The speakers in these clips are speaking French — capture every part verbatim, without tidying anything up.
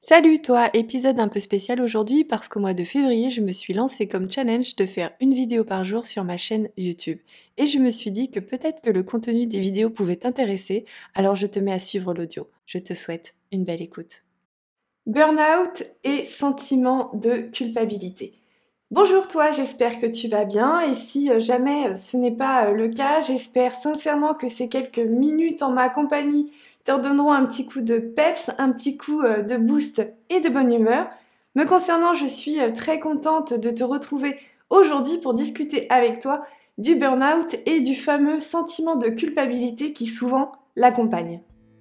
Salut toi, épisode un peu spécial aujourd'hui parce qu'au mois de février, je me suis lancée comme challenge de faire une vidéo par jour sur ma chaîne YouTube. Et je me suis dit que peut-être que le contenu des vidéos pouvait t'intéresser, alors je te mets à suivre l'audio. Je te souhaite une belle écoute. Burnout et sentiment de culpabilité. Bonjour toi, j'espère que tu vas bien et si euh, jamais euh, ce n'est pas euh, le cas, j'espère sincèrement que ces quelques minutes en ma compagnie te redonneront un petit coup de peps, un petit coup euh, de boost et de bonne humeur. Me concernant, je suis euh, très contente de te retrouver aujourd'hui pour discuter avec toi du burn-out et du fameux sentiment de culpabilité qui souvent l'accompagne.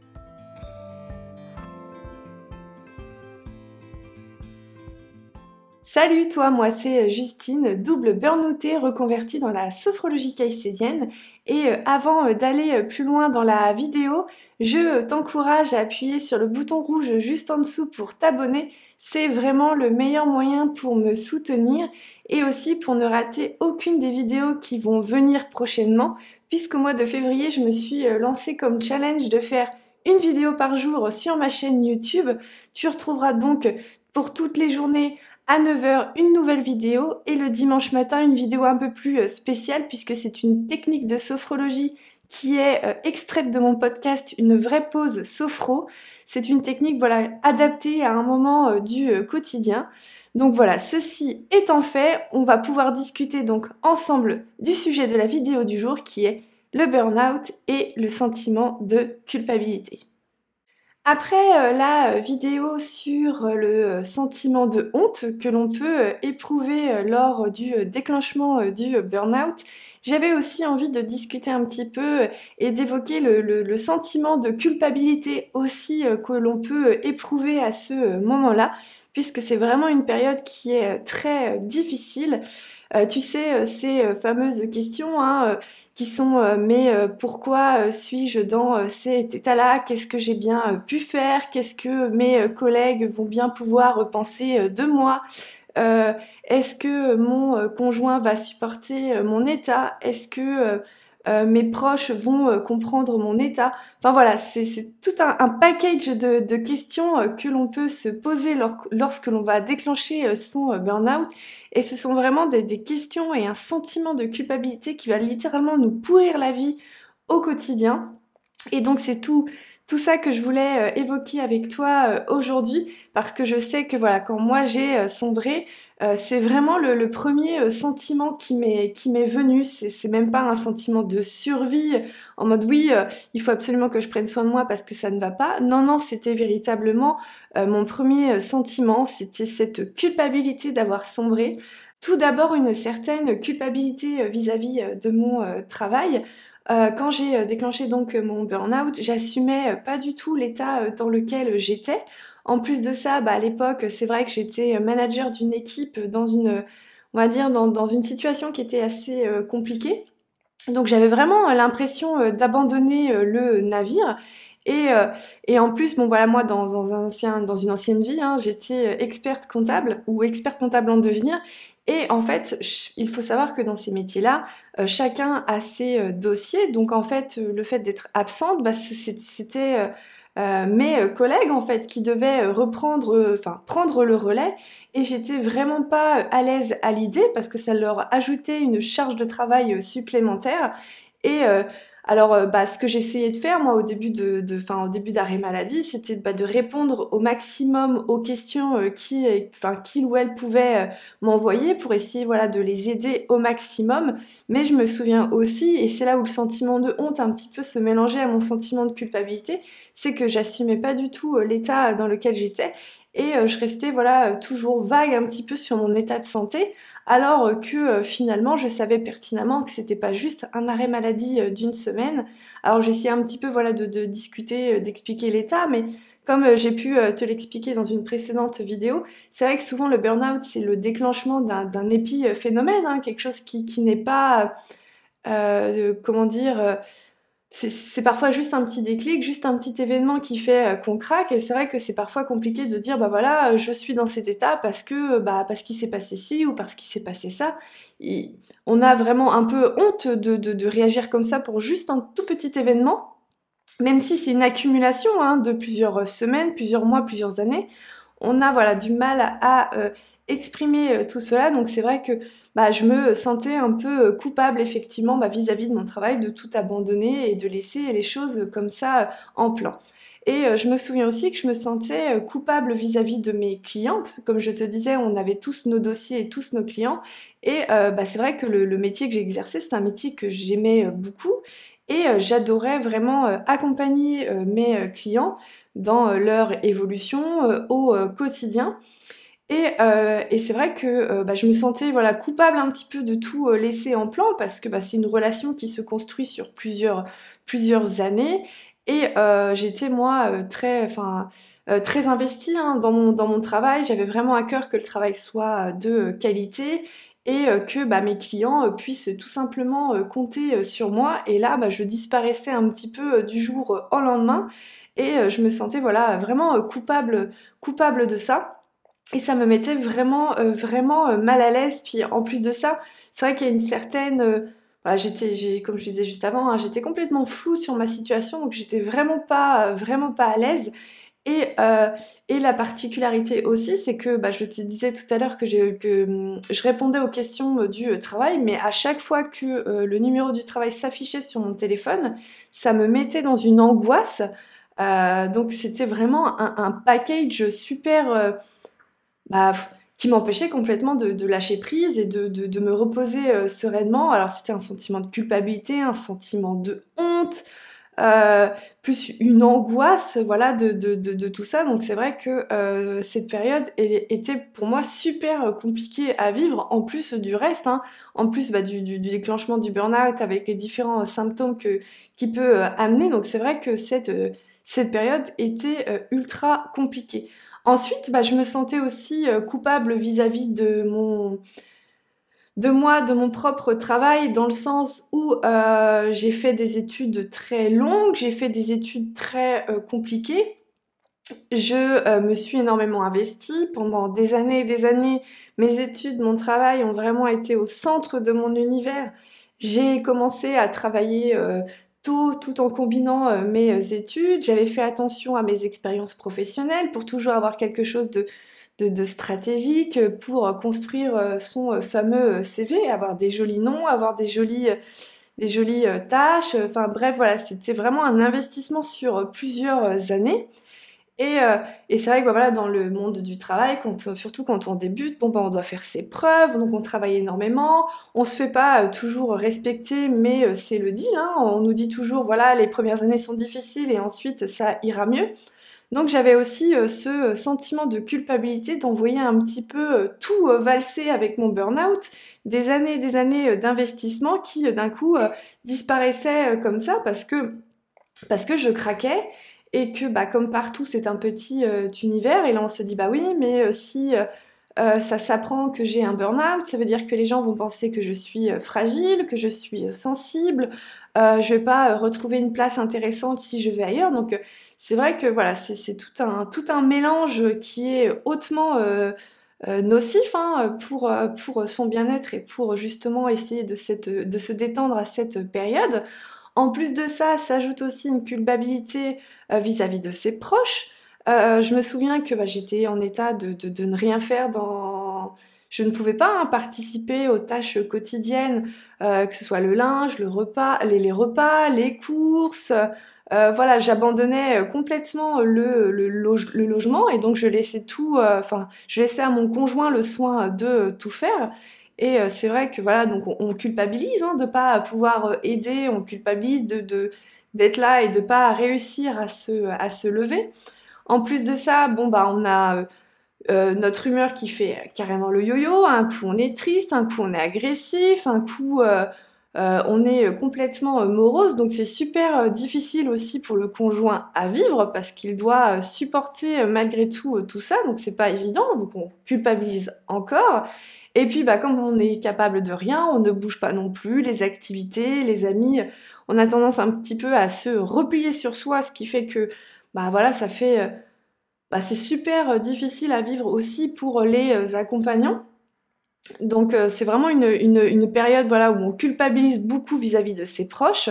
Salut toi, moi c'est Justine, double burn-outée reconvertie dans la sophrologie caïcédienne. Et euh, avant euh, d'aller euh, plus loin dans la vidéo, je euh, t'encourage à appuyer sur le bouton rouge juste en dessous pour t'abonner. C'est vraiment le meilleur moyen pour me soutenir et aussi pour ne rater aucune des vidéos qui vont venir prochainement, puisqu'au mois de février, je me suis euh, lancée comme challenge de faire une vidéo par jour sur ma chaîne YouTube. Tu retrouveras donc pour toutes les journées à neuf heures, une nouvelle vidéo et le dimanche matin, une vidéo un peu plus spéciale puisque c'est une technique de sophrologie qui est extraite de mon podcast Une vraie pause sophro. C'est une technique voilà, adaptée à un moment du quotidien. Donc voilà, ceci étant fait, on va pouvoir discuter donc ensemble du sujet de la vidéo du jour qui est le burn-out et le sentiment de culpabilité. Après euh, la euh, vidéo sur euh, le euh, sentiment de honte que l'on peut euh, éprouver euh, lors du euh, déclenchement euh, du euh, burn-out, j'avais aussi envie de discuter un petit peu euh, et d'évoquer le, le- le sentiment de culpabilité aussi euh, que l'on peut euh, éprouver à ce euh, moment-là, puisque c'est vraiment une période qui est euh, très euh, difficile. Euh, tu sais, euh, ces euh, fameuses questions, hein, euh, qui sont euh, mais euh, pourquoi euh, suis-je dans euh, cet état-là? Qu'est-ce que j'ai bien euh, pu faire? Qu'est-ce que mes euh, collègues vont bien pouvoir euh, penser euh, de moi? Euh, Est-ce que mon euh, conjoint va supporter euh, mon état? Est-ce que euh, euh, mes proches vont euh, comprendre mon état? Enfin voilà, c'est c'est tout un, un package de, de questions euh, que l'on peut se poser lor- lorsque l'on va déclencher euh, son euh, burn-out. Et ce sont vraiment des, des questions et un sentiment de culpabilité qui va littéralement nous pourrir la vie au quotidien. Et donc c'est tout, tout ça que je voulais euh, évoquer avec toi euh, aujourd'hui, parce que je sais que voilà, quand moi j'ai euh, sombré, euh, c'est vraiment le, le premier euh, sentiment qui m'est qui m'est venu. C'est c'est même pas un sentiment de survie en mode oui, euh, il faut absolument que je prenne soin de moi parce que ça ne va pas. Non non, c'était véritablement euh, mon premier euh, sentiment, c'était cette culpabilité d'avoir sombré. Tout d'abord une certaine culpabilité euh, vis-à-vis euh, de mon euh, travail. Euh, quand j'ai euh, déclenché donc euh, mon burn-out, j'assumais euh, pas du tout l'état euh, dans lequel j'étais. En plus de ça, bah, à l'époque, c'est vrai que j'étais euh, manager d'une équipe dans une, euh, on va dire, dans, dans une situation qui était assez euh, compliquée. Donc j'avais vraiment euh, l'impression euh, d'abandonner euh, le navire. Et, euh, et en plus, bon voilà, moi dans, dans un ancien, dans une ancienne vie, hein, j'étais euh, experte comptable ou experte comptable en devenir. Et en fait, ch- il faut savoir que dans ces métiers-là, euh, chacun a ses euh, dossiers. Donc en fait, euh, le fait d'être absente, bah, c'est- c'était euh, euh, mes euh, collègues en fait qui devaient euh, reprendre, euh, enfin prendre le relais. Et j'étais vraiment pas euh, à l'aise à l'idée parce que ça leur ajoutait une charge de travail euh, supplémentaire. Et euh, alors, euh, bah, ce que j'essayais de faire, moi, au début de, de, enfin, au début d'arrêt maladie, c'était bah, de répondre au maximum aux questions euh, qui, enfin, qu'il ou elle pouvait euh, m'envoyer pour essayer, voilà, de les aider au maximum. Mais je me souviens aussi, et c'est là où le sentiment de honte un petit peu se mélangeait à mon sentiment de culpabilité, c'est que j'assumais pas du tout euh, l'état dans lequel j'étais et euh, je restais, voilà, euh, toujours vague un petit peu sur mon état de santé alors euh, que euh, finalement je savais pertinemment que c'était pas juste un arrêt maladie euh, d'une semaine. Alors j'essayais un petit peu voilà de, de discuter, euh, d'expliquer l'état, mais comme euh, j'ai pu euh, te l'expliquer dans une précédente vidéo, c'est vrai que souvent le burn-out c'est le déclenchement d'un d'un épiphénomène, hein, quelque chose qui, qui n'est pas, euh, comment dire, euh, c'est c'est parfois juste un petit déclic, juste un petit événement qui fait euh, qu'on craque. Et c'est vrai que c'est parfois compliqué de dire, bah voilà, euh, je suis dans cet état parce que, euh, bah, parce qu'il s'est passé ci ou parce qu'il s'est passé ça. Et on a vraiment un peu honte de, de, de réagir comme ça pour juste un tout petit événement, même si c'est une accumulation hein, de plusieurs semaines, plusieurs mois, plusieurs années. on a voilà du mal à euh, exprimer euh, tout cela. Donc c'est vrai que bah, je me sentais un peu euh, coupable effectivement bah, vis-à-vis de mon travail, de tout abandonner et de laisser les choses comme ça euh, en plan. Et euh, je me souviens aussi que je me sentais euh, coupable vis-à-vis de mes clients, parce que comme je te disais, on avait tous nos dossiers et tous nos clients. Et euh, bah, c'est vrai que le, le métier que j'exerçais, c'est un métier que j'aimais euh, beaucoup. Et euh, j'adorais vraiment euh, accompagner euh, mes euh, clients dans euh, leur évolution euh, au euh, quotidien. Et, euh, et c'est vrai que euh, bah, je me sentais voilà, coupable un petit peu de tout euh, laisser en plan parce que bah, c'est une relation qui se construit sur plusieurs, plusieurs années. Et euh, j'étais moi euh, très, enfin, euh, très investie hein, dans mon, dans mon travail. J'avais vraiment à cœur que le travail soit euh, de qualité et euh, que bah, mes clients euh, puissent tout simplement euh, compter euh, sur moi. Et là, bah, je disparaissais un petit peu euh, du jour euh, au lendemain et euh, je me sentais voilà, vraiment euh, coupable, coupable de ça. Et ça me mettait vraiment, euh, vraiment euh, mal à l'aise. Puis en plus de ça, c'est vrai qu'il y a une certaine, euh, voilà, j'étais, j'ai, comme je disais juste avant, hein, j'étais complètement floue sur ma situation, donc j'étais vraiment pas, euh, vraiment pas à l'aise. Et, euh, et la particularité aussi, c'est que bah, je te disais tout à l'heure que, j'ai- que hum, je répondais aux questions euh, du euh, travail, mais à chaque fois que euh, le numéro du travail s'affichait sur mon téléphone, ça me mettait dans une angoisse. Euh, donc c'était vraiment un, un package super. Euh, bah, qui m'empêchait complètement de, de lâcher prise et de, de, de me reposer euh, sereinement. Alors c'était un sentiment de culpabilité, un sentiment de honte, euh, plus une angoisse, voilà, de, de, de, de tout ça. Donc c'est vrai que euh, cette période est- était pour moi super euh, compliquée à vivre, en plus du reste, hein, en plus bah, du, du, du déclenchement du burn-out avec les différents euh, symptômes que, qui peut euh, amener. Donc c'est vrai que cette, euh, cette période était euh, ultra compliquée. Ensuite, bah, je me sentais aussi euh, coupable vis-à-vis de mon, de moi, de mon propre travail, dans le sens où euh, j'ai fait des études très longues, j'ai fait des études très euh, compliquées. Je euh, me suis énormément investie pendant des années et des années. Mes études, mon travail ont vraiment été au centre de mon univers. J'ai commencé à travailler euh, tôt, tout en combinant euh, mes euh, études. J'avais fait attention à mes expériences professionnelles pour toujours avoir quelque chose de, de, de stratégique pour euh, construire euh, son euh, fameux euh, C V, avoir des jolis noms, avoir des jolies, euh, des jolies euh, tâches. Enfin bref, voilà, c'était vraiment un investissement sur euh, plusieurs euh, années. Et, euh, et c'est vrai que bah, voilà, dans le monde du travail, quand, euh, surtout quand on débute, bon, bah, on doit faire ses preuves, donc on travaille énormément, on se fait pas euh, toujours respecter, mais euh, c'est le deal, hein, on nous dit toujours, voilà, les premières années sont difficiles et ensuite ça ira mieux. Donc j'avais aussi euh, ce euh, sentiment de culpabilité d'envoyer un petit peu euh, tout euh, valser avec mon burn-out, des années et des années euh, d'investissement qui euh, d'un coup euh, disparaissaient euh, comme ça parce que parce que je craquais et que bah comme partout c'est un petit euh, univers et là on se dit bah oui mais euh, si euh, euh, ça s'apprend que j'ai un burn-out, ça veut dire que les gens vont penser que je suis euh, fragile, que je suis euh, sensible, euh, je vais pas euh, retrouver une place intéressante si je vais ailleurs. Donc euh, c'est vrai que voilà, c'est c'est tout un, tout un mélange qui est hautement euh, euh, nocif hein, pour, euh, pour son bien-être et pour justement essayer de, cette, de se détendre à cette période. En plus de ça, s'ajoute aussi une culpabilité euh, vis-à-vis de ses proches. Euh, je me souviens que bah, j'étais en état de, de- de ne rien faire dans... Je ne pouvais pas hein, participer aux tâches quotidiennes, euh, que ce soit le linge, le repas, les, les repas, les courses. Euh, voilà, j'abandonnais euh, complètement le, le, loge- le logement et donc je laissais tout, euh, enfin, je laissais à mon conjoint le soin de euh, tout faire. Et euh, c'est vrai que voilà, donc on, on culpabilise hein, de pas pouvoir euh, aider, on culpabilise de, de- d'être là et de pas réussir à se, à se lever. En plus de ça, bon bah on a euh, euh, notre humeur qui fait carrément le yo-yo. Un coup on est triste, un coup on est agressif, un coup euh, euh, on est euh, complètement euh, morose. Donc c'est super euh, difficile aussi pour le conjoint à vivre parce qu'il doit euh, supporter euh, malgré tout euh, tout ça. Donc c'est pas évident. Donc on culpabilise encore. Et puis bah comme on est capable de rien, on ne bouge pas non plus. Les activités, les amis, on a tendance un petit peu à se replier sur soi, ce qui fait que bah voilà ça fait euh, bah, c'est super euh, difficile à vivre aussi pour les euh, accompagnants. Donc euh, c'est vraiment une, une, une période voilà, où on culpabilise beaucoup vis-à-vis de ses proches.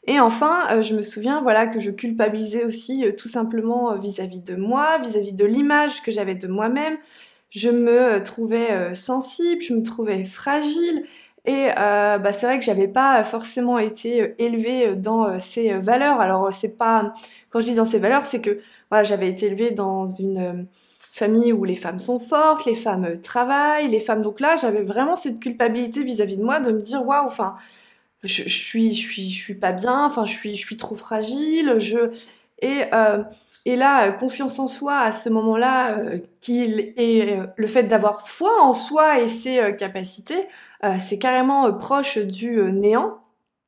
Et enfin, euh, je me souviens voilà, que je culpabilisais aussi euh, tout simplement euh, vis-à-vis de moi, vis-à-vis de l'image que j'avais de moi-même. Je me euh, trouvais euh, sensible, je me trouvais fragile. Et euh, bah, c'est vrai que j'avais pas forcément été euh, élevée euh, dans euh, ces euh, valeurs. Alors euh, c'est pas, quand je dis dans ces valeurs, c'est que voilà, j'avais été élevée dans une euh, famille où les femmes sont fortes, les femmes euh, travaillent, les femmes. Donc là, j'avais vraiment cette culpabilité vis-à-vis de moi de me dire waouh, enfin, je, je suis, je suis, je suis pas bien. Enfin, je suis, je suis trop fragile. Je et euh, et là, euh, confiance en soi à ce moment-là, euh, qu'il et euh, le fait d'avoir foi en soi et ses euh, capacités, euh, c'est carrément euh, proche du euh, néant.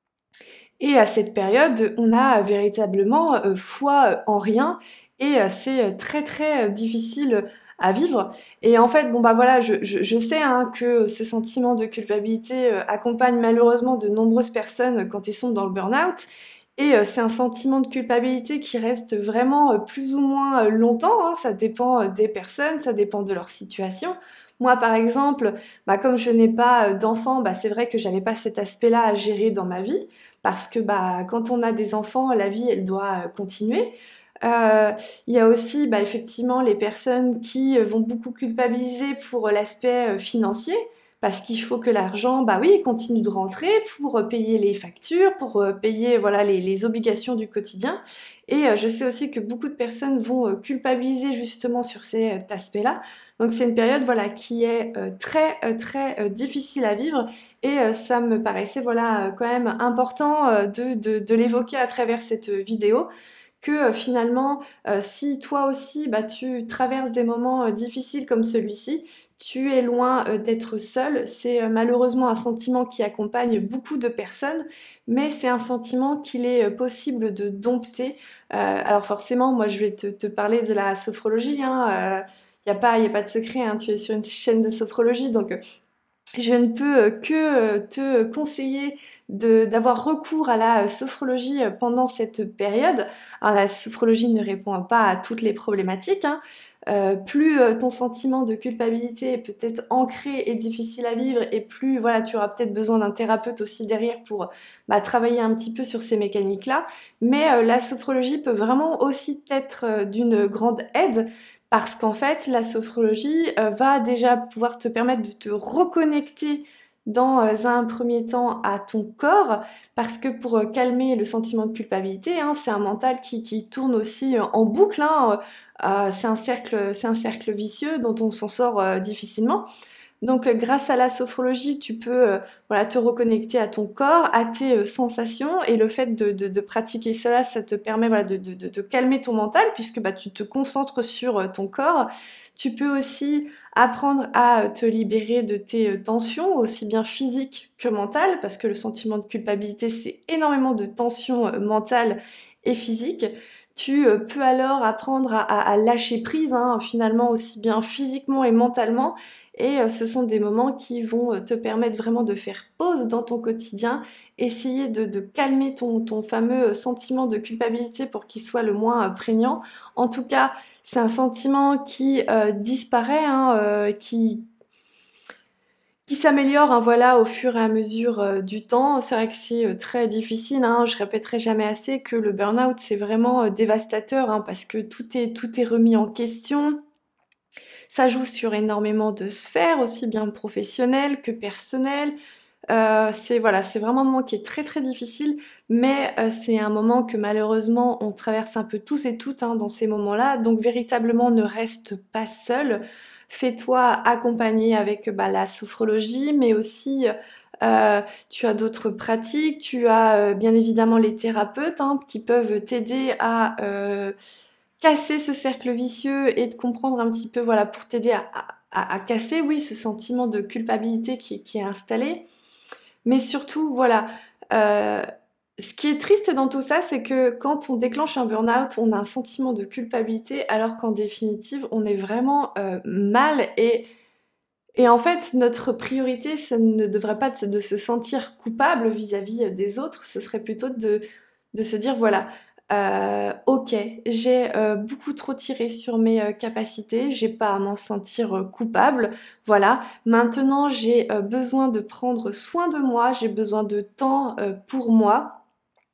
Et à cette période, on a véritablement euh, foi euh, en rien et euh, c'est euh, très très euh, difficile à vivre. Et en fait, bon bah voilà, je, je, je sais hein, que ce sentiment de culpabilité euh, accompagne malheureusement de nombreuses personnes quand ils sont dans le burn-out. Et euh, c'est un sentiment de culpabilité qui reste vraiment euh, plus ou moins euh, longtemps, hein. Ça dépend euh, des personnes, ça dépend de leur situation. Moi, par exemple, bah, comme je n'ai pas euh, d'enfants, bah, c'est vrai que j'avais pas cet aspect-là à gérer dans ma vie, parce que bah, quand on a des enfants, la vie, elle doit euh, continuer. Euh, Il y a aussi bah, effectivement les personnes qui euh, vont beaucoup culpabiliser pour l'aspect euh, financier, parce qu'il faut que l'argent, bah oui, continue de rentrer pour euh, payer les factures, pour euh, payer voilà les, les obligations du quotidien. Et euh, je sais aussi que beaucoup de personnes vont euh, culpabiliser justement sur cet aspect-là. Donc c'est une période voilà qui est euh, très euh, très euh, difficile à vivre et euh, ça me paraissait voilà euh, quand même important euh, de, de, de l'évoquer à travers cette vidéo que euh, finalement, euh, si toi aussi, bah, tu traverses des moments euh, difficiles comme celui-ci, tu es loin euh, d'être seul. C'est euh, malheureusement un sentiment qui accompagne beaucoup de personnes, mais c'est un sentiment qu'il est euh, possible de dompter. Euh, alors forcément, moi, je vais te, te parler de la sophrologie, hein. Il n'y a pas, y a pas de secret, hein. Tu es sur une chaîne de sophrologie, donc euh, je ne peux euh, que euh, te conseiller de- d'avoir recours à la euh, sophrologie euh, pendant cette période. Alors la sophrologie ne répond pas à toutes les problématiques, hein. Euh, plus euh, ton sentiment de culpabilité est peut-être ancré et difficile à vivre, et plus voilà, tu auras peut-être besoin d'un thérapeute aussi derrière pour bah, travailler un petit peu sur ces mécaniques-là. Mais euh, la sophrologie peut vraiment aussi être euh, d'une grande aide parce qu'en fait, la sophrologie euh, va déjà pouvoir te permettre de te reconnecter dans euh, un premier temps à ton corps, parce que pour euh, calmer le sentiment de culpabilité, hein, c'est un mental qui, qui tourne aussi euh, en boucle, hein, euh, c'est un cercle, c'est un cercle vicieux dont on s'en sort euh, difficilement. Donc, euh, grâce à la sophrologie, tu peux euh, voilà, te reconnecter à ton corps, à tes euh, sensations, et le fait de, de- de pratiquer cela, ça te permet voilà, de, de- de- de calmer ton mental, puisque bah, tu te concentres sur euh, ton corps. Tu peux aussi apprendre à euh, te libérer de tes euh, tensions, aussi bien physiques que mentales, parce que le sentiment de culpabilité, c'est énormément de tensions euh, mentales et physiques. Tu euh, peux alors apprendre à, à- à lâcher prise, hein, finalement, aussi bien physiquement et mentalement, et euh, ce sont des moments qui vont euh, te permettre vraiment de faire pause dans ton quotidien, essayer de, de calmer ton, ton fameux euh, sentiment de culpabilité pour qu'il soit le moins euh, prégnant. En tout cas, c'est un sentiment qui euh, disparaît, hein, euh, qui, qui s'améliore hein, voilà, au fur et à mesure euh, du temps. C'est vrai que c'est euh, très difficile, hein. Je répéterai jamais assez que le burn-out, c'est vraiment euh, dévastateur hein, parce que tout est, tout est remis en question. Ça joue sur énormément de sphères, aussi bien professionnelles que personnelles. Euh, c'est voilà, c'est vraiment un moment qui est très très difficile, mais euh, c'est un moment que malheureusement on traverse un peu tous et toutes hein, dans ces moments-là. Donc véritablement ne reste pas seul. Fais-toi accompagner avec bah, la sophrologie, mais aussi euh, tu as d'autres pratiques. Tu as euh, bien évidemment les thérapeutes hein, qui peuvent t'aider à euh, casser ce cercle vicieux et de comprendre un petit peu, voilà, pour t'aider à, à- à casser, oui, ce sentiment de culpabilité qui, qui est installé. Mais surtout, voilà, euh, ce qui est triste dans tout ça, c'est que quand on déclenche un burn-out, on a un sentiment de culpabilité, alors qu'en définitive, on est vraiment euh, mal et et en fait, notre priorité, ce ne devrait pas être de se sentir coupable vis-à-vis euh, des autres, ce serait plutôt de, de se dire, voilà, euh, ok, j'ai euh, beaucoup trop tiré sur mes euh, capacités, j'ai pas à m'en sentir euh, coupable, voilà, maintenant j'ai euh, besoin de prendre soin de moi, j'ai besoin de temps euh, pour moi,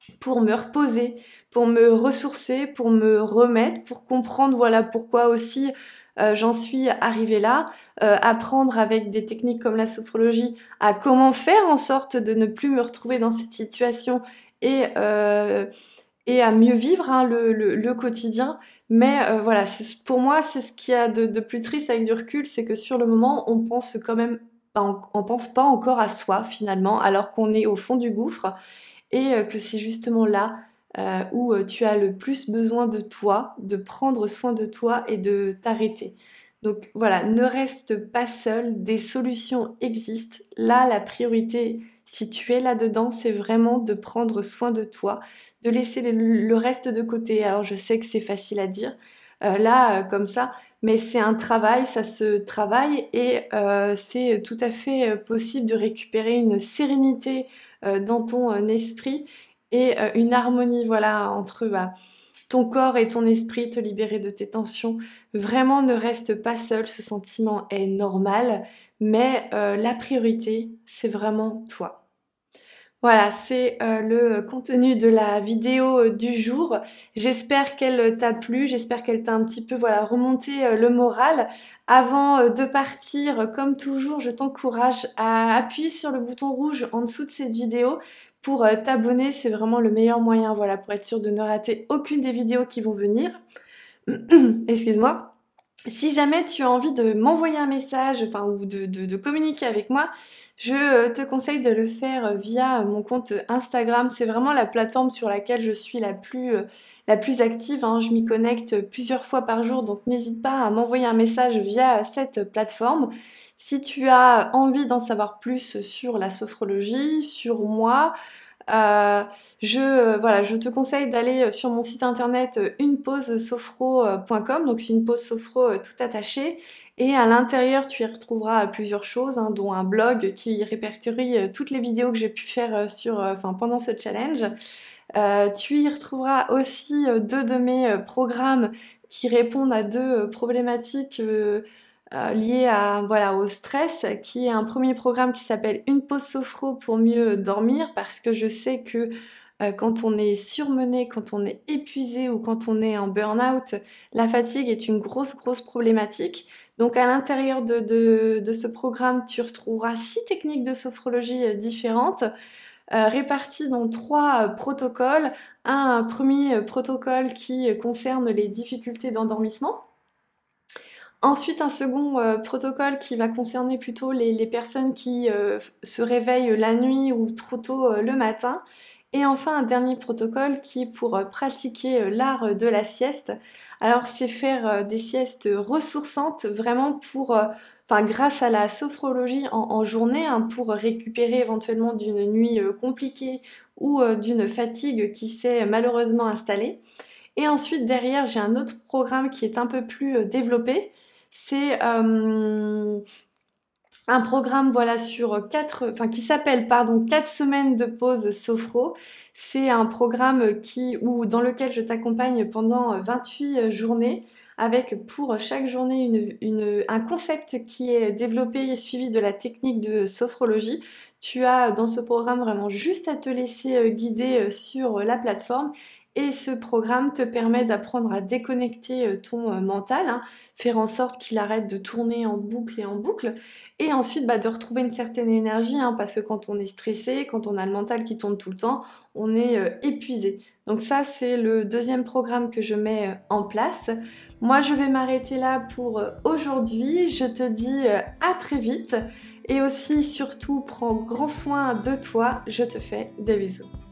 pour me reposer, pour me ressourcer, pour me remettre, pour comprendre voilà pourquoi aussi euh, j'en suis arrivée là, euh, apprendre avec des techniques comme la sophrologie à comment faire en sorte de ne plus me retrouver dans cette situation et, euh, et à mieux vivre hein, le, le, le quotidien. Mais euh, voilà, c'est- pour moi, c'est ce qu'il y a de, de plus triste avec du recul, c'est que sur le moment, on pense quand même, pas en- on pense pas encore à soi finalement, alors qu'on est au fond du gouffre et euh, que c'est justement là euh, où euh, tu as le plus besoin de toi, de prendre soin de toi et de t'arrêter. Donc voilà, ne reste pas seul, des solutions existent. Là, la priorité, si tu es là-dedans, c'est vraiment de prendre soin de toi, de laisser le, le reste de côté. Alors je sais que c'est facile à dire, euh, là, euh, comme ça, mais c'est un travail, ça se travaille et euh, c'est tout à fait euh, possible de récupérer une sérénité euh, dans ton euh, esprit et euh, une harmonie voilà entre bah, ton corps et ton esprit, te libérer de tes tensions. Vraiment ne reste pas seul, ce sentiment est normal, mais euh, la priorité c'est vraiment toi. Voilà, c'est euh, le contenu de la vidéo euh, du jour. J'espère qu'elle t'a plu, j'espère qu'elle t'a un petit peu voilà, remonté euh, le moral. Avant euh, de partir, comme toujours, je t'encourage à appuyer sur le bouton rouge en dessous de cette vidéo pour euh, t'abonner. C'est vraiment le meilleur moyen voilà, pour être sûr de ne rater aucune des vidéos qui vont venir. Excuse-moi. Si jamais tu as envie de m'envoyer un message, enfin, ou de, de- de communiquer avec moi, je euh, te conseille de le faire euh, via mon compte Instagram. C'est vraiment la plateforme sur laquelle je suis la plus, euh, la plus active, hein. Je m'y connecte plusieurs fois par jour, donc n'hésite pas à m'envoyer un message via cette plateforme. Si tu as envie d'en savoir plus sur la sophrologie, sur moi, euh, je, euh, voilà, je te conseille d'aller euh, sur mon site internet euh, une pause sophro point com, donc c'est une pause sophro euh, tout attaché. Et à l'intérieur, tu y retrouveras euh, plusieurs choses, hein, dont un blog qui répertorie euh, toutes les vidéos que j'ai pu faire euh, sur, euh, enfin, pendant ce challenge. Euh, tu y retrouveras aussi euh, deux de mes euh, programmes qui répondent à deux euh, problématiques euh, euh, liées à, voilà, au stress, qui est un premier programme qui s'appelle Une pause sophro pour mieux dormir, parce que je sais que euh, quand on est surmené, quand on est épuisé ou quand on est en burn-out, la fatigue est une grosse, grosse problématique. Donc à l'intérieur de, de, de ce programme, tu retrouveras six techniques de sophrologie euh, différentes euh, répartis dans trois euh, protocoles. Un premier euh, protocole qui euh, concerne les difficultés d'endormissement. Ensuite, un second euh, protocole qui va concerner plutôt les, les personnes qui euh, se réveillent la nuit ou trop tôt euh, le matin. Et enfin, un dernier protocole qui est pour euh, pratiquer euh, l'art de la sieste. Alors, c'est faire euh, des siestes ressourçantes, vraiment pour, euh, enfin, grâce à la sophrologie en, en journée, hein, pour récupérer éventuellement d'une nuit euh, compliquée ou euh, d'une fatigue qui s'est malheureusement installée. Et ensuite, derrière, j'ai un autre programme qui est un peu plus euh, développé. C'est euh, un programme voilà sur quatre, enfin qui s'appelle pardon quatre semaines de pause sophro. C'est un programme qui ou dans lequel je t'accompagne pendant vingt-huit journées avec pour chaque journée une, une- un concept qui est développé et suivi de la technique de sophrologie. Tu as dans ce programme vraiment juste à te laisser euh, guider euh, sur la plateforme et ce programme te permet d'apprendre à déconnecter euh, ton euh, mental, hein, faire en sorte qu'il arrête de tourner en boucle et en boucle et ensuite, bah, de retrouver une certaine énergie, hein, parce que quand on est stressé, quand on a le mental qui tourne tout le temps, on est euh, épuisé. Donc ça, c'est le deuxième programme que je mets euh, en place. Moi, je vais m'arrêter là pour euh, aujourd'hui. Je te dis euh, à très vite. Et aussi, surtout, prends grand soin de toi. Je te fais des bisous.